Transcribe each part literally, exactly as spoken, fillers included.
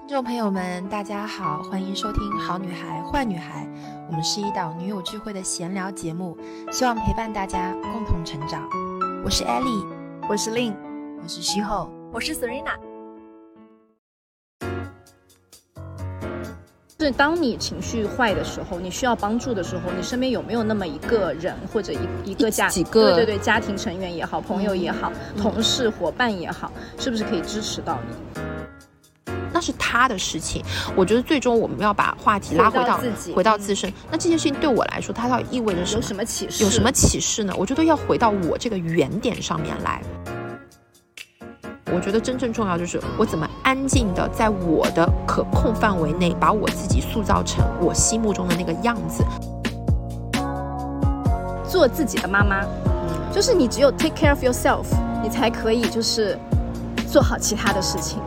听众朋友们大家好，欢迎收听好女孩坏女孩，我们是一档女友聚会的闲聊节目，希望陪伴大家共同成长。我是 Ellie， 我是 Lin， 我是徐后， 我是 Serena。 是当你情绪坏的时候，你需要帮助的时候，你身边有没有那么一个人或者一一个家几个对对对家庭成员也好，朋友也好， 嗯、 同事伙伴也好，是不是可以支持到你？ 那是他的事情，我觉得最终我们要把话题拉回到自己， 回到自身。那这件事情对我来说，它到底意味着什么？ 有什么启示？ 有什么启示呢？我觉得要回到我这个原点上面来。我觉得真正重要就是我怎么安静的在我的可控范围内，把我自己塑造成我心目中的那个样子。 做自己的妈妈，嗯、就是你只有 take care of yourself， 你才可以就是做好其他的事情。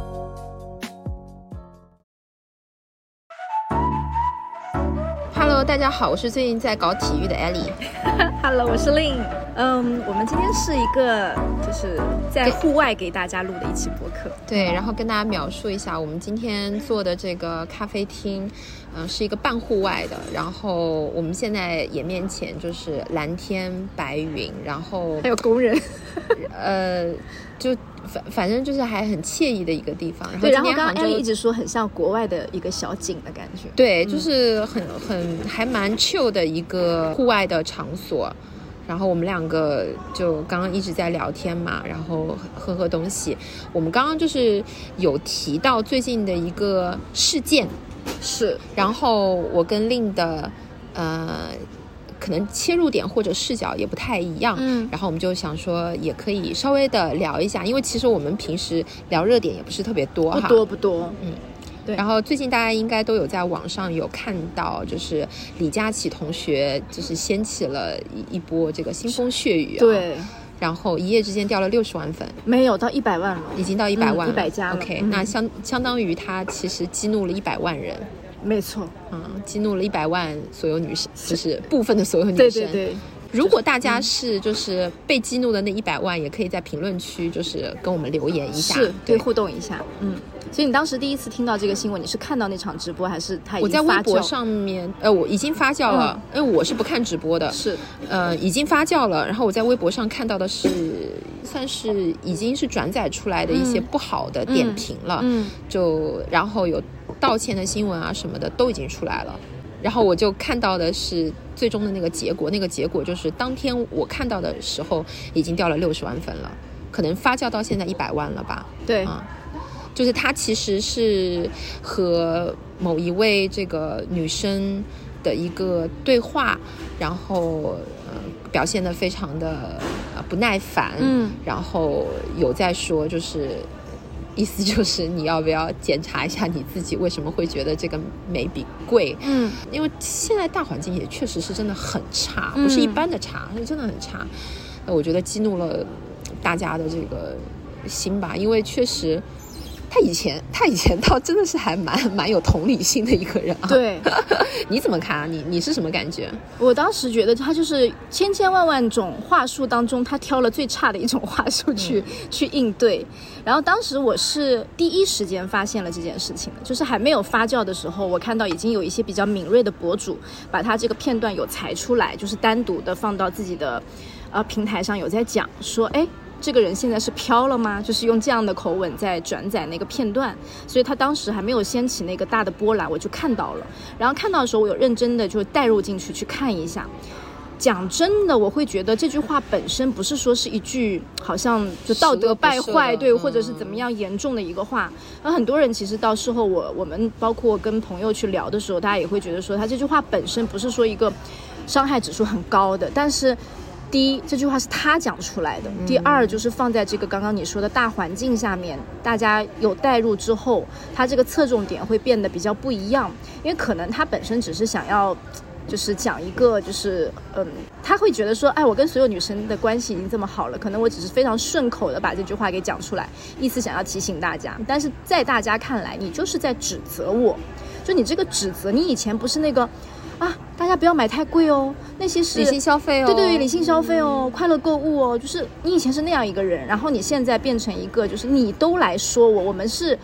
Hello， 大家好，我是最近在搞体育的 Ellie。 Hello， 我是 Lin。嗯，我们今天是一个就是在户外给大家录的一期播客。 对，然后跟大家描述一下，我们今天做的这个咖啡厅，嗯、呃，是一个半户外的。然后我们现在眼面前就是蓝天白云，然后还有工人， 呃，就。反反正就是还很惬意的一个地方，然后对，然后刚刚 Ellie 一直说很像国外的一个小景的感觉， 对，就是很很还蛮 chill 的一个户外的场所。然后我们两个就刚刚一直在聊天嘛，然后喝喝东西。我们刚刚就是有提到最近的一个事件， 是， 然后我跟Lin的呃。可能切入点或者视角也不太一样，嗯，然后我们就想说也可以稍微的聊一下，因为其实我们平时聊热点也不是特别多哈， 不多不多， 嗯，对。然后最近大家应该都有在网上有看到，就是李佳琦同学就是掀起了一一波这个腥风血雨、啊， 对。 然后一夜之间掉了六十万粉， 没有到一百万了， 已经到一百万了， 一百、嗯、加了。 OK，、 嗯、 那相相当于他其实激怒了一百万人。 没错， 嗯，激怒了一百万所有女生，就是部分的所有女生。 对对对。 如果大家是就是被激怒的那一百万，也可以在评论区就是跟我们留言一下， 是对互动一下。嗯，所以你当时第一次听到这个新闻，你是看到那场直播，还是他已经发酵？ 我在微博上面，呃，我已经发酵了，嗯、因为我是不看直播的， 是， 呃，已经发酵了。然后我在微博上看到的是，算是已经是转载出来的一些不好的点评了， 嗯，嗯就然后有道歉的新闻啊什么的都已经出来了。然后我就看到的是最终的那个结果，那个结果就是当天我看到的时候已经掉了六十万粉了，可能发酵到现在一百万了吧。 对、 嗯，就是他其实是和某一位这个女生的一个对话，然后呃表现得非常的呃不耐烦， 嗯， 然后有在说就是意思就是你要不要检查一下你自己为什么会觉得这个眉笔贵， 嗯， 因为现在大环境也确实是真的很差， 嗯、 不是一般的差，是真的很差。我觉得激怒了大家的这个心吧，因为确实他以前他以前倒真的是还蛮蛮有同理心的一个人啊。 对， 你怎么看啊？你你是什么感觉？ 我当时觉得他就是千千万万种话术当中，他挑了最差的一种话术去、嗯、去应对。然后当时我是第一时间发现了这件事情的，就是还没有发酵的时候，我看到已经有一些比较敏锐的博主把他这个片段有裁出来，就是单独的放到自己的呃平台上有在讲说，哎。这个人现在是飘了吗？就是用这样的口吻在转载那个片段，所以他当时还没有掀起那个大的波澜，我就看到了。然后看到的时候，我有认真的就带入进去去看一下。讲真的，我会觉得这句话本身不是说是一句好像就道德败坏，对，或者是怎么样严重的一个话。那很多人其实到事后我我们包括跟朋友去聊的时候，大家也会觉得说他这句话本身不是说一个伤害指数很高的，但是第一，这句话是他讲出来的；第二，就是放在这个刚刚你说的大环境下面，大家有带入之后，他这个侧重点会变得比较不一样。因为可能他本身只是想要，就是讲一个，就是嗯，他会觉得说，哎，我跟所有女生的关系已经这么好了，可能我只是非常顺口的把这句话给讲出来，意思想要提醒大家。但是在大家看来，你就是在指责我，就你这个指责，你以前不是那个。啊，大家不要买太贵哦，那些是理性消费哦， 对对，理性消费哦，嗯、快乐购物哦，就是你以前是那样一个人，然后你现在变成一个，就是你都来说我，我们是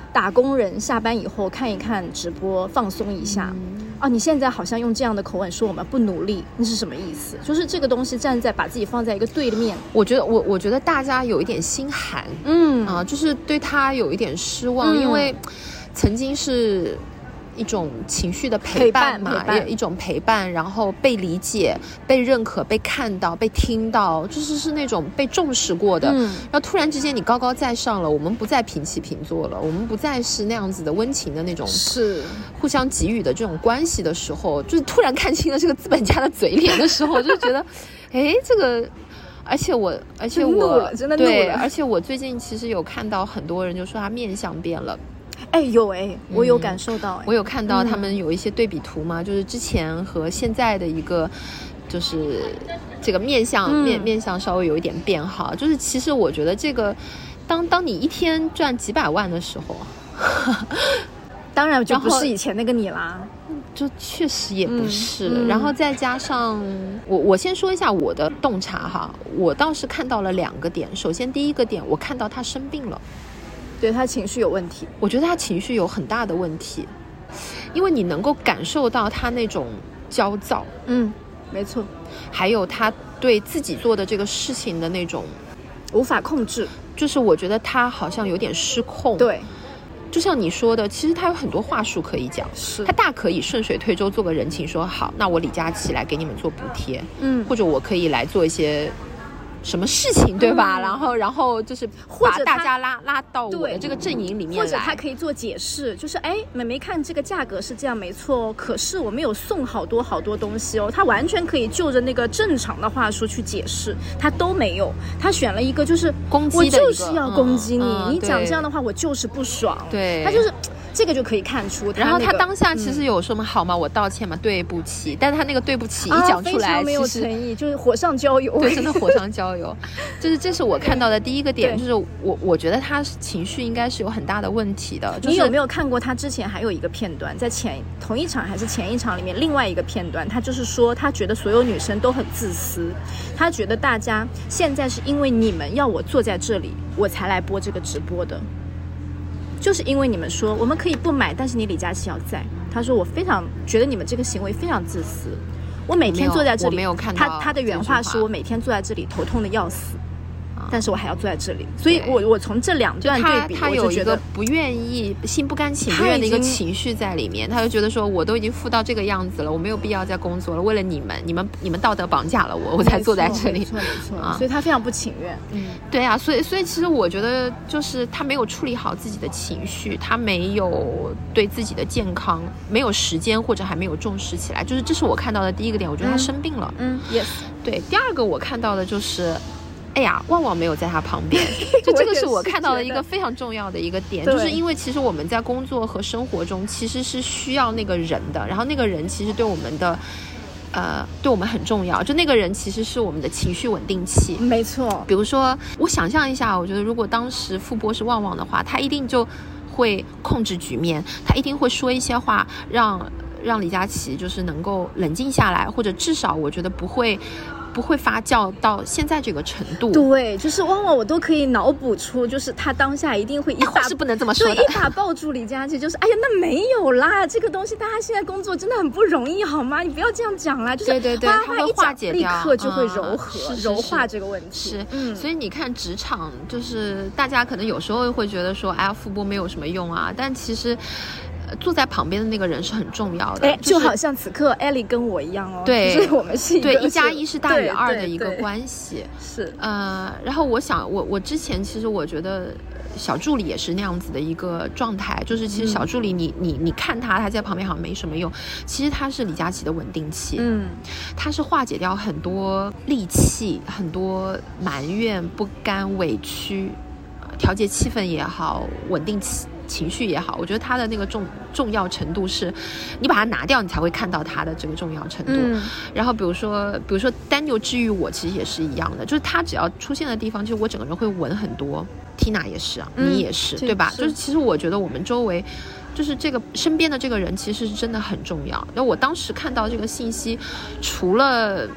打工人下班以后看一看直播放松一下、嗯、啊，你现在好像用这样的口吻说我们不努力，那是什么意思？就是这个东西站在把自己放在一个对面， 我觉得我我觉得大家有一点心寒，嗯啊，就是对他有一点失望、嗯、因为曾经是一种情绪的陪伴嘛， 陪伴一种陪伴，然后被理解、被认可、被看到、被听到，就是是那种被重视过的。嗯，然后突然之间你高高在上了，我们不再平起平坐了，我们不再是那样子的温情的那种是互相给予的这种关系的时候，就是突然看清了这个资本家的嘴脸的时候，就觉得，哎，这个。而且我，而且我真的怒了， 对，而且我最近其实有看到很多人就说他面相变了。 哎，有哎，我有感受到、哎嗯，我有看到他们有一些对比图嘛，嗯、就是之前和现在的一个，就是这个面相、嗯、面面相稍微有一点变好。就是其实我觉得这个，当当你一天赚几百万的时候， 当然就不是以前那个你啦。 就确实也不是、嗯嗯、然后再加上我我先说一下我的洞察哈，我倒是看到了两个点。首先第一个点，我看到他生病了， 对，他情绪有问题， 我觉得他情绪有很大的问题，因为你能够感受到他那种焦躁， 嗯，没错， 还有他对自己做的这个事情的那种无法控制， 就是我觉得他好像有点失控， 对。 就像你说的，其实他有很多话术可以讲， 是他大可以顺水推舟做个人情，说好，那我李佳琦来给你们做补贴， 嗯， 或者我可以来做一些什么事情，对吧？嗯、然后，然后就是把大家拉拉到我的这个阵营里面来， 或者他可以做解释，就是哎，美眉看这个价格是这样没错哦，可是我没有送好多好多东西哦，他完全可以就着那个正常的话术去解释，他都没有，他选了一个就是攻击的一个，我就是要攻击你， 嗯嗯、 你讲这样的话我就是不爽， 对， 他就是。这个就可以看出他、那个， 然后他当下其实有说嘛、嗯、好吗？我道歉嘛，对不起。但是他那个对不起一讲出来， 啊、非常没有诚意，就是火上浇油。 对，真的火上浇油。就是这是我看到的第一个点，就是我我觉得他情绪应该是有很大的问题的。就是、 你有没有看过他之前还有一个片段，在前同一场还是前一场里面另外一个片段，他就是说他觉得所有女生都很自私，他觉得大家现在是因为你们要我坐在这里，我才来播这个直播的。就是因为你们说我们可以不买，但是你李佳琦要在。他说我非常觉得你们这个行为非常自私。我每天坐在这里， 我没有看到他他的原话是我每天坐在这里头痛的要死，但是我还要坐在这里。所以我我从这两段对比， 他有一个不愿意、心不甘情不愿的一个情绪在里面。他就觉得说，我都已经富到这个样子了，我没有必要再工作了。为了你们，你们你们道德绑架了我，我才坐在这里。 没错没错、啊，所以他非常不情愿。 嗯，对啊，所以所以其实我觉得就是他没有处理好自己的情绪，他没有对自己的健康没有时间或者还没有重视起来。就是这是我看到的第一个点，我觉得他生病了。 嗯, 嗯 ，yes。 对，第二个我看到的就是。哎呀，旺旺没有在他旁边，就这个是我看到的一个非常重要的一个点，就是因为其实我们在工作和生活中其实是需要那个人的，然后那个人其实对我们的，呃，对我们很重要，就那个人其实是我们的情绪稳定器。 没错， 比如说，我想象一下，我觉得如果当时副播是旺旺的话，他一定就会控制局面，他一定会说一些话让让李佳琦就是能够冷静下来，或者至少我觉得不会。不会发酵到现在这个程度。 对，就是旺旺我都可以脑补出，就是他当下一定会一把是不能这么说的， 对，一把抱住李佳琦，就是哎呀那没有啦，这个东西大家现在工作真的很不容易好吗？你不要这样讲啦，就是对对对， 他会化解掉， 立刻就会柔和、 嗯、 柔化这个问题。 是，嗯，所以你看职场，就是大家可能有时候会觉得说，哎呀，副播没有什么用啊，但其实。坐在旁边的那个人是很重要的， 哎，就是、就好像此刻艾莉跟我一样哦， 对， 就是我们是一个对一加一是大于二的一个关系， 是呃，然后我想，我我之前其实我觉得小助理也是那样子的一个状态，就是其实小助理你、嗯、你你看他他在旁边好像没什么用，其实他是李佳琦的稳定器， 嗯， 他是化解掉很多戾气、很多埋怨、不甘、委屈，调节气氛也好，稳定气。情绪也好，我觉得他的那个重重要程度是，你把它拿掉，你才会看到他的这个重要程度。嗯、然后比如说，比如说丹尼尔治愈我，其实也是一样的，就是他只要出现的地方，其实我整个人会稳很多。Tina 也是啊，嗯、你也是，对吧？就是其实我觉得我们周围，就是这个身边的这个人，其实是真的很重要。然后我当时看到这个信息，除了。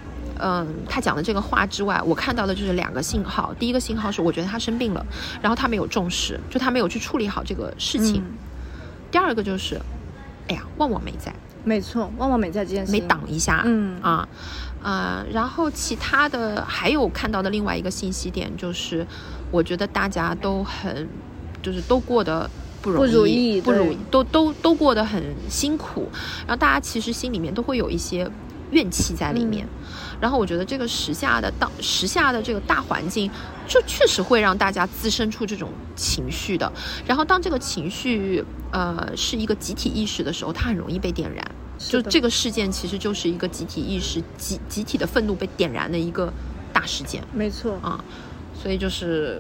嗯，他讲的这个话之外，我看到的就是两个信号。第一个信号是我觉得他生病了，然后他没有重视，就他没有去处理好这个事情。嗯、第二个就是，哎呀，旺旺没在。 没错，旺旺没在这件事情没挡一下。 嗯啊，呃，然后其他的还有看到的另外一个信息点就是，我觉得大家都很，就是都过得。不容易，不如意，不如都都都过得很辛苦，然后大家其实心里面都会有一些怨气在里面。嗯、然后我觉得这个时下的当时下的这个大环境，就确实会让大家滋生出这种情绪的。然后当这个情绪呃是一个集体意识的时候，它很容易被点燃。就这个事件其实就是一个集体意识、集集体的愤怒被点燃的一个大事件。 没错啊。所以就是，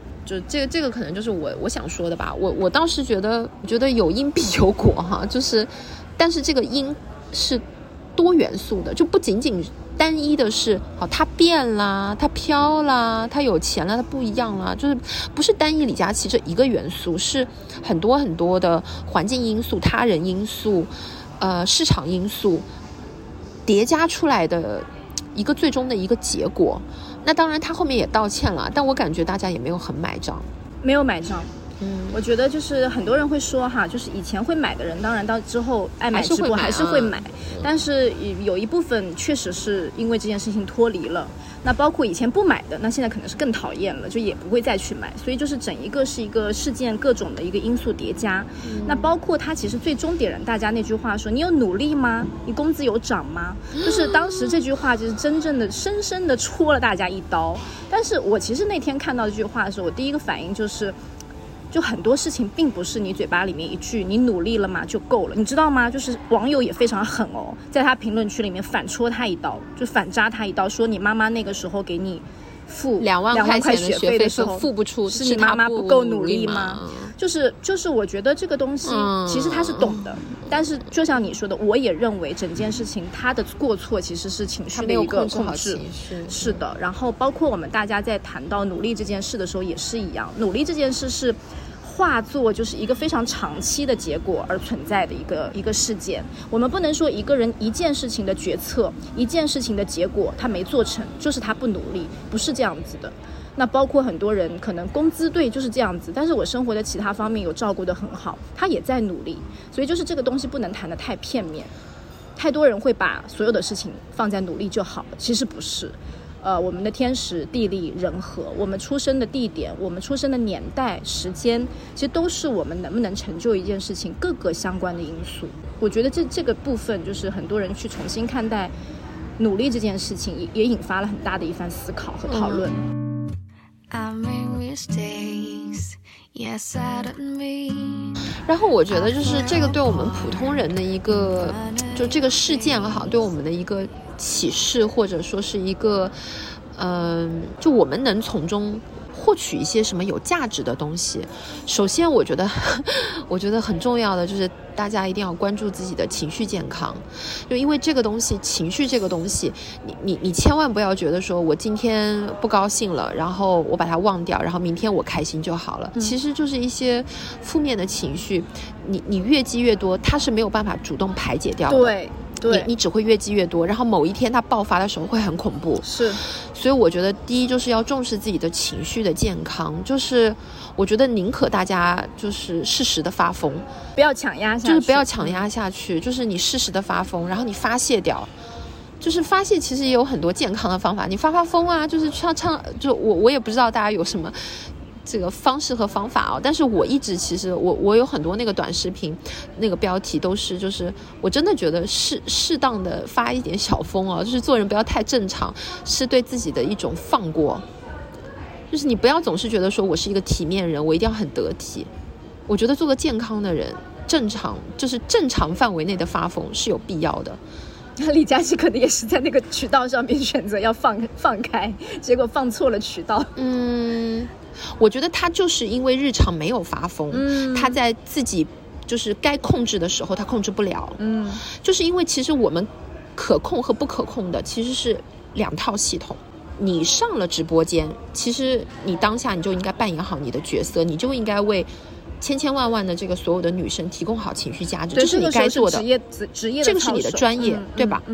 就这个这个可能就是我我想说的吧。我我当时觉得，觉得有因必有果哈，就是，但是这个因是多元素的，就不仅仅单一的是，好，它变啦，它飘啦，它有钱了，它不一样啦，就是不是单一李佳琦这一个元素，是很多很多的环境因素、他人因素、呃市场因素叠加出来的一个最终的一个结果。那当然他后面也道歉了，但我感觉大家也没有很买账。 没有买账。嗯，我觉得就是很多人会说哈，就是以前会买的人，当然到之后爱买直播还是会买，但是有一部分确实是因为这件事情脱离了。那包括以前不买的，那现在可能是更讨厌了，就也不会再去买。所以就是整一个是一个事件各种的一个因素叠加。嗯、那包括他其实最终点燃大家那句话说：“你有努力吗？你工资有涨吗？”就是当时这句话就是真正的深深的戳了大家一刀。但是我其实那天看到这句话的时候，我第一个反应就是。就很多事情并不是你嘴巴里面一句你努力了吗就够了，你知道吗？就是网友也非常狠哦，在他评论区里面反戳他一刀，就反扎他一刀，说你妈妈那个时候给你付两万块钱的学费的时候付不出， 是你妈妈不够努力吗？就是就是我觉得这个东西其实他是懂的、嗯、但是就像你说的，我也认为整件事情他的过错其实是情绪的一个控制。是的，然后包括我们大家在谈到努力这件事的时候也是一样，努力这件事是化作就是一个非常长期的结果而存在的一个一个事件。我们不能说一个人一件事情的决策，一件事情的结果他没做成就是他不努力，不是这样子的。那包括很多人可能工资对就是这样子，但是我生活的其他方面有照顾得很好，他也在努力。所以就是这个东西不能谈得太片面，太多人会把所有的事情放在努力就好了，其实不是。呃，我们的天时地利人和，我们出生的地点，我们出生的年代时间，其实都是我们能不能成就一件事情各个相关的因素。我觉得这这个部分就是很多人去重新看待努力这件事情，也也引发了很大的一番思考和讨论。 然后我觉得就是这个对我们普通人的一个，就这个事件哈，对我们的一个启示，或者说是一个嗯、呃，就我们能从中获取一些什么有价值的东西。首先我觉得我觉得很重要的就是大家一定要关注自己的情绪健康，就因为这个东西，情绪这个东西，你你你千万不要觉得说我今天不高兴了，然后我把它忘掉，然后明天我开心就好了、嗯、其实就是一些负面的情绪，你你越积越多，它是没有办法主动排解掉的。 对对， 你你只会越积越多，然后某一天它爆发的时候会很恐怖。 是， 所以我觉得第一就是要重视自己的情绪的健康，就是我觉得宁可大家就是适时的发疯， 不要强压下去， 就是不要强压下去，就是你适时的发疯，然后你发泄掉。就是发泄其实也有很多健康的方法，你发发疯啊，就是唱唱，就我我也不知道大家有什么这个方式和方法啊，但是我一直其实我我有很多那个短视频，那个标题都是就是我真的觉得适适当的发一点小疯啊，就是做人不要太正常，是对自己的一种放过，就是你不要总是觉得说我是一个体面人，我一定要很得体。我觉得做个健康的人，正常就是正常范围内的发疯是有必要的。 李佳琦可能也是在那个渠道上面选择要放放开，结果放错了渠道。 嗯，我觉得他就是因为日常没有发疯、嗯、他在自己就是该控制的时候他控制不了。嗯，就是因为其实我们可控和不可控的其实是两套系统。你上了直播间，其实你当下你就应该扮演好你的角色，你就应该为千千万万的这个所有的女生提供好情绪价值，这是你该做的， 职业职业的， 这个是你的专业、嗯、对吧、嗯嗯、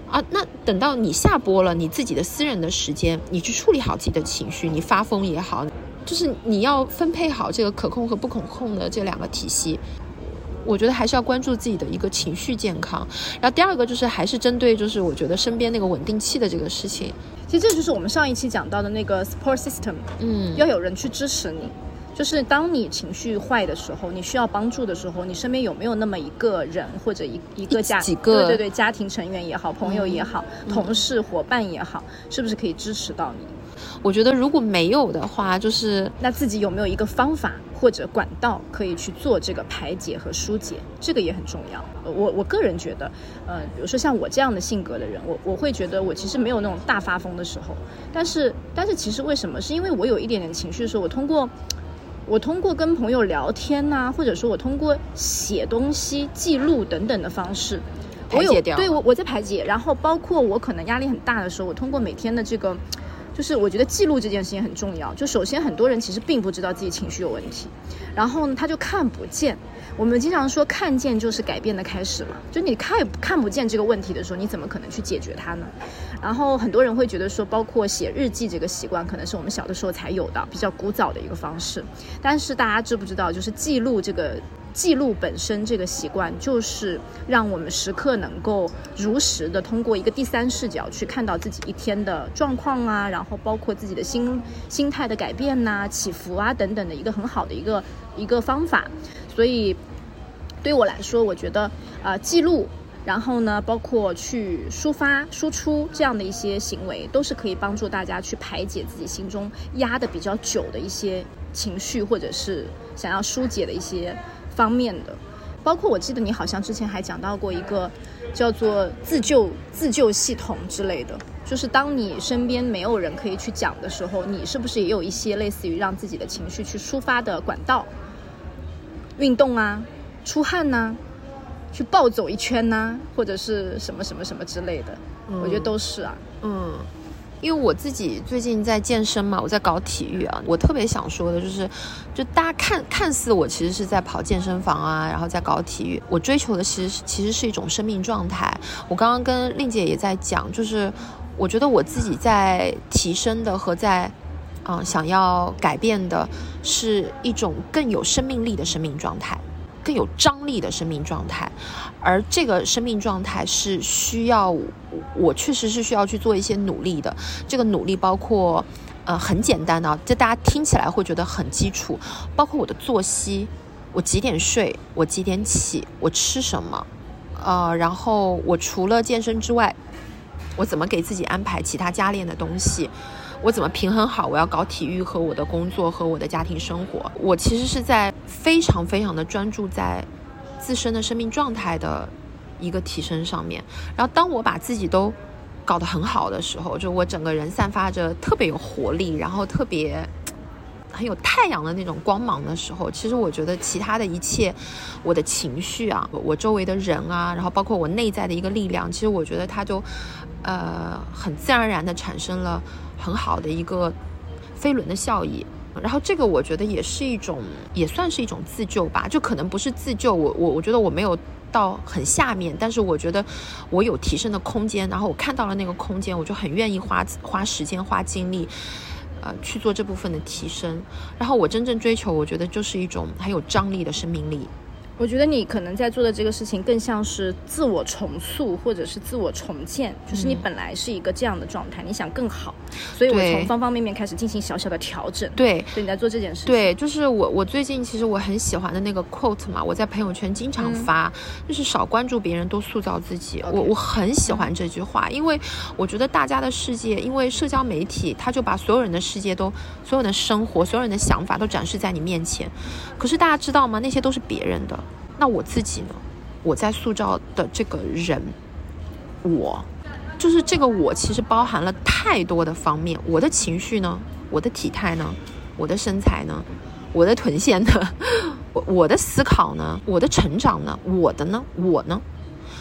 啊，那等到你下播了，你自己的私人的时间，你去处理好自己的情绪，你发疯也好，就是你要分配好这个可控和不可控的这两个体系。我觉得还是要关注自己的一个情绪健康。然后第二个就是还是针对就是我觉得身边那个稳定器的这个事情。 其实这就是我们上一期讲到的那个 support system， 嗯，要有人去支持你。就是当你情绪坏的时候，你需要帮助的时候，你身边有没有那么一个人或者一一个家几个对对对家庭成员也好，朋友也好，嗯、同事伙伴也好，是不是可以支持到你？ 我觉得如果没有的话，就是那自己有没有一个方法或者管道可以去做这个排解和疏解，这个也很重要。我我个人觉得，呃，比如说像我这样的性格的人，我我会觉得我其实没有那种大发疯的时候，但是但是其实为什么？是因为我有一点点情绪的时候，我通过我通过跟朋友聊天呐、啊，或者说我通过写东西、记录等等的方式。 排解掉， 对我我在排解，然后包括我可能压力很大的时候，我通过每天的这个，就是我觉得记录这件事情很重要。就首先很多人其实并不知道自己情绪有问题，然后呢他就看不见。我们经常说看见就是改变的开始嘛，就你看看不见这个问题的时候，你怎么可能去解决它呢？然后很多人会觉得说，包括写日记这个习惯可能是我们小的时候才有的，比较古早的一个方式。但是大家知不知道，就是记录这个记录本身这个习惯，就是让我们时刻能够如实的通过一个第三视角去看到自己一天的状况啊，然后包括自己的心心态的改变呐、啊、起伏啊等等的一个很好的一个一个方法。所以对我来说，我觉得呃记录，然后呢包括去抒发输出这样的一些行为，都是可以帮助大家去排解自己心中压的比较久的一些情绪，或者是想要疏解的一些方面的。包括我记得你好像之前还讲到过一个叫做自救自救系统之类的，就是当你身边没有人可以去讲的时候，你是不是也有一些类似于让自己的情绪去抒发的管道？运动啊，出汗啊，去暴走一圈啊，或者是什么什么什么之类的、嗯、我觉得都是啊。 嗯，因为我自己最近在健身嘛，我在搞体育啊，我特别想说的就是就大家看看似我其实是在跑健身房啊，然后在搞体育，我追求的其实其实是一种生命状态。我刚刚跟令姐也在讲，就是我觉得我自己在提升的和在嗯，想要改变的是一种更有生命力的生命状态，更有张力的生命状态。而这个生命状态是需要我确实是需要去做一些努力的。这个努力包括呃很简单的，这大家听起来会觉得很基础，包括我的作息，我几点睡，我几点起，我吃什么，呃，然后我除了健身之外，我怎么给自己安排其他加练的东西，我怎么平衡好我要搞体育和我的工作和我的家庭生活。我其实是在非常非常的专注在自身的生命状态的一个提升上面。然后当我把自己都搞得很好的时候，就我整个人散发着特别有活力，然后特别很有太阳的那种光芒的时候，其实我觉得其他的一切，我的情绪啊，我周围的人啊，然后包括我内在的一个力量，其实我觉得它就呃很自然而然的产生了很好的一个飞轮的效益。然后这个我觉得也是一种，也算是一种自救吧，就可能不是自救，我我我觉得我没有到很下面，但是我觉得我有提升的空间，然后我看到了那个空间，我就很愿意花花时间花精力呃去做这部分的提升。然后我真正追求，我觉得就是一种很有张力的生命力。 我觉得你可能在做的这个事情更像是自我重塑或者是自我重建，就是你本来是一个这样的状态、嗯、你想更好，所以我从方方面面开始进行小小的调整。 对， 所以你在做这件事情。 对，就是我我最近其实我很喜欢的那个 quote 嘛，我在朋友圈经常发、嗯、就是少关注别人多塑造自己、okay. 我我很喜欢这句话、嗯、因为我觉得大家的世界，因为社交媒体它就把所有人的世界都，所有的生活，所有人的想法都展示在你面前，可是大家知道吗？那些都是别人的。那我自己呢？我在塑造的这个人，我就是这个我其实包含了太多的方面。我的情绪呢？我的体态呢？我的身材呢？我的臀线呢？我我的思考呢？我的成长呢？我的呢？我呢？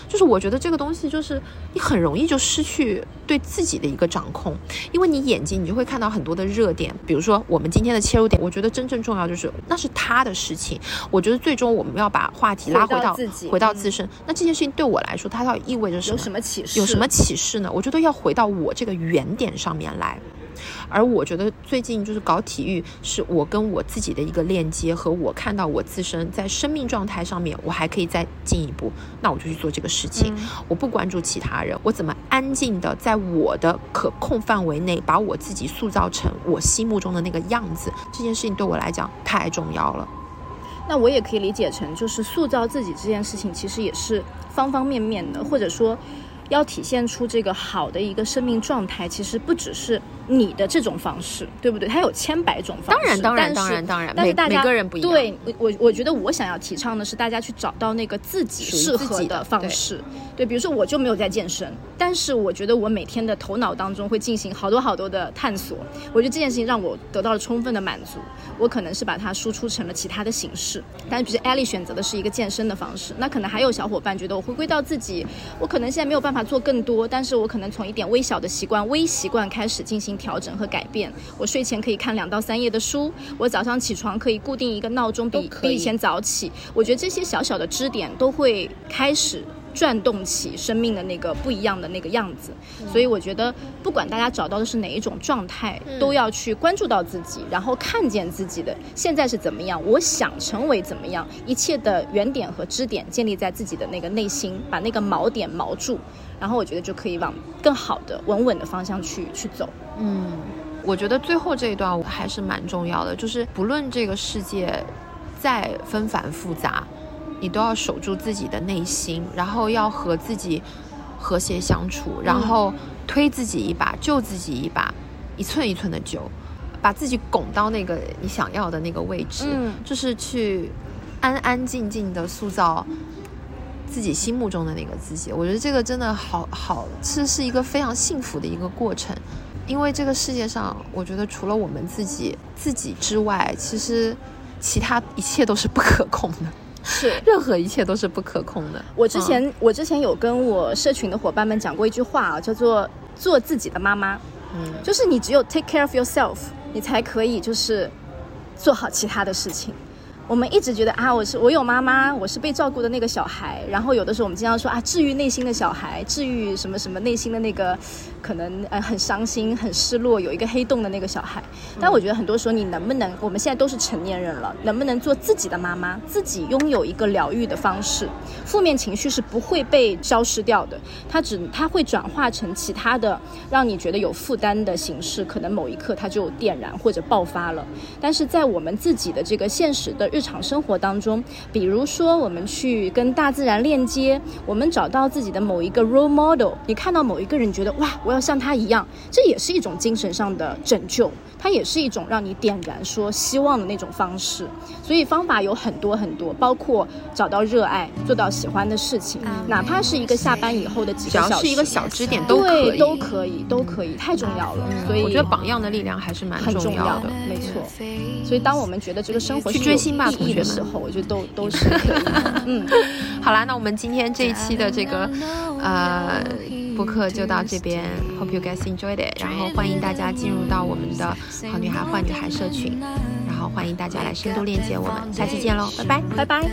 就是我觉得这个东西就是你很容易就失去对自己的一个掌控，因为你眼睛你就会看到很多的热点，比如说我们今天的切入点，我觉得真正重要就是那是他的事情，我觉得最终我们要把话题拉回到自己， 回到自身、嗯、那这件事情对我来说它到底意味着什么？ 有什么启示？ 有什么启示呢？我觉得要回到我这个原点上面来。而我觉得最近就是搞体育，是我跟我自己的一个链接，和我看到我自身在生命状态上面我还可以再进一步，那我就去做这个事情、嗯、我不关注其他人，我怎么安静的在我的可控范围内把我自己塑造成我心目中的那个样子，这件事情对我来讲太重要了。 那我也可以理解成就是塑造自己这件事情其实也是方方面面的，或者说要体现出这个好的一个生命状态，其实不只是你的这种方式，对不对？它有千百种方式。 当然当然当然当然， 但是大家每个人不一样。 对，我我觉得我想要提倡的是大家去找到那个自己适合的方式。对，比如说我就没有在健身，但是我觉得我每天的头脑当中会进行好多好多的探索，我觉得这件事情让我得到了充分的满足。我可能是把它输出成了其他的形式，但是比如说 Ellie 选择的是一个健身的方式，那可能还有小伙伴觉得我回归到自己，我可能现在没有办法做更多，但是我可能从一点微小的习惯微习惯开始进行调整和改变。我睡前可以看两到三页的书，我早上起床可以固定一个闹钟，比比以前早起。我觉得这些小小的支点都会开始转动起生命的那个不一样的那个样子、嗯、所以我觉得不管大家找到的是哪一种状态、嗯、都要去关注到自己，然后看见自己的现在是怎么样，我想成为怎么样，一切的原点和支点建立在自己的那个内心，把那个锚点锚住，然后我觉得就可以往更好的稳稳的方向去去走。 嗯，我觉得最后这一段还是蛮重要的，就是不论这个世界再纷繁复杂，你都要守住自己的内心，然后要和自己和谐相处，然后推自己一把救自己一把，一寸一寸的救，把自己拱到那个你想要的那个位置、嗯、就是去安安静静的塑造自己心目中的那个自己。我觉得这个真的好好是是一个非常幸福的一个过程，因为这个世界上我觉得除了我们自己自己之外，其实其他一切都是不可控的， 是任何一切都是不可控的。 我之前、嗯、我之前有跟我社群的伙伴们讲过一句话啊，叫做做自己的妈妈。嗯，就是你只有 take care of yourself， 你才可以就是做好其他的事情。我们一直觉得啊，我是我有妈妈，我是被照顾的那个小孩，然后有的时候我们经常说啊，治愈内心的小孩，治愈什么什么内心的那个可能呃很伤心很失落有一个黑洞的那个小孩。但我觉得很多时候你能不能，我们现在都是成年人了，能不能做自己的妈妈，自己拥有一个疗愈的方式，负面情绪是不会被消失掉的，它只它会转化成其他的让你觉得有负担的形式，可能某一刻它就点燃或者爆发了。但是在我们自己的这个现实的日常生活当中，比如说我们去跟大自然链接，我们找到自己的某一个 role model， 你看到某一个人觉得哇我要像他一样，这也是一种精神上的拯救，它也是一种让你点燃说希望的那种方式。所以方法有很多很多，包括找到热爱，做到喜欢的事情、嗯、哪怕是一个下班以后的几个小时，只要是一个小支点都可以， 对都可以都可以，太重要了、嗯、所以我觉得榜样的力量还是蛮重要的， 没错。所以当我们觉得这个生活是去追星吧意义的时候，我觉得都都是可以的。嗯， 好啦，那我们今天这一期的这个呃播客就到这边 ，Hope you guys enjoyed it。然后欢迎大家进入到我们的好女孩坏女孩社群，然后欢迎大家来深度链接我们，下期见喽，拜拜， 拜拜。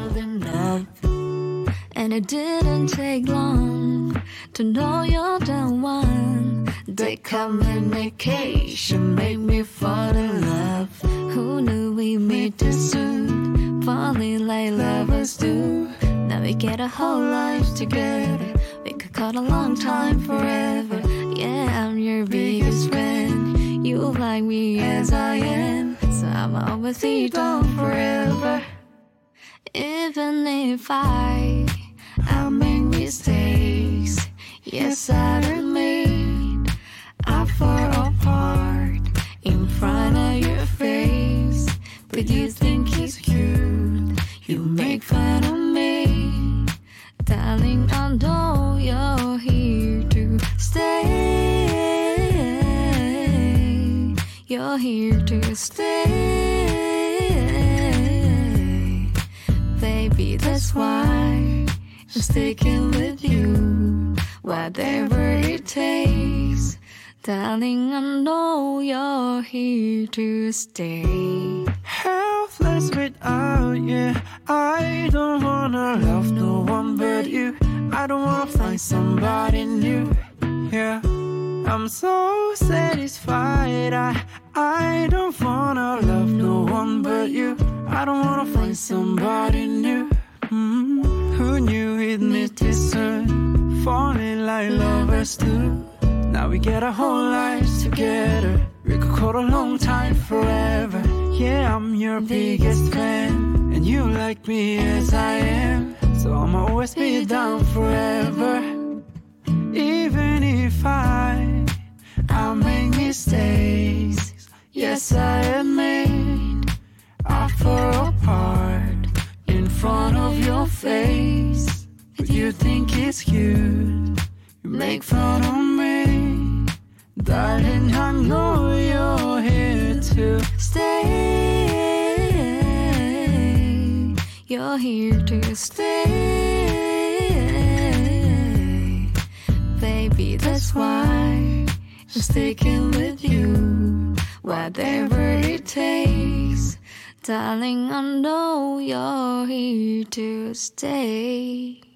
And it didn't take long to know you're the one. They communication made me fall in love. Who knew we meet too soon? Falling like lovers do. Now we get a whole life together. We could cut a long time forever. Yeah, I'm your biggest fan. You like me as I am, so I'm always be down forever. Even if I I make mistakes, yes I admit I fall apart in front of your face. But you think it's cute, you make fun of me. Darling, I know you're here to stay. You're here to stay. Baby, that's why I'm sticking with you, whatever it takes. Darling, I know you're here to stay. Helpless without you, I don't wanna love no one but you. I don't wanna find somebody new, yeah. I'm so satisfied, I, I don't wanna love no one but you. I don't wanna find somebody new. Mm, who knew we'd meet this soon, falling like lovers do. Now we get our whole lives together, we could call a long time forever. Yeah, I'm your biggest fan, and you like me as I am, so I'ma always be down forever. Even if I, I make mistakes, yes I admit, I fall apart in front of your face. But you think it's cute, you make fun of me. Darling, I know you're here to stay. You're here to stay. Baby, that's why I'm sticking with you, whatever it takes. Darling, I know you're here to stay.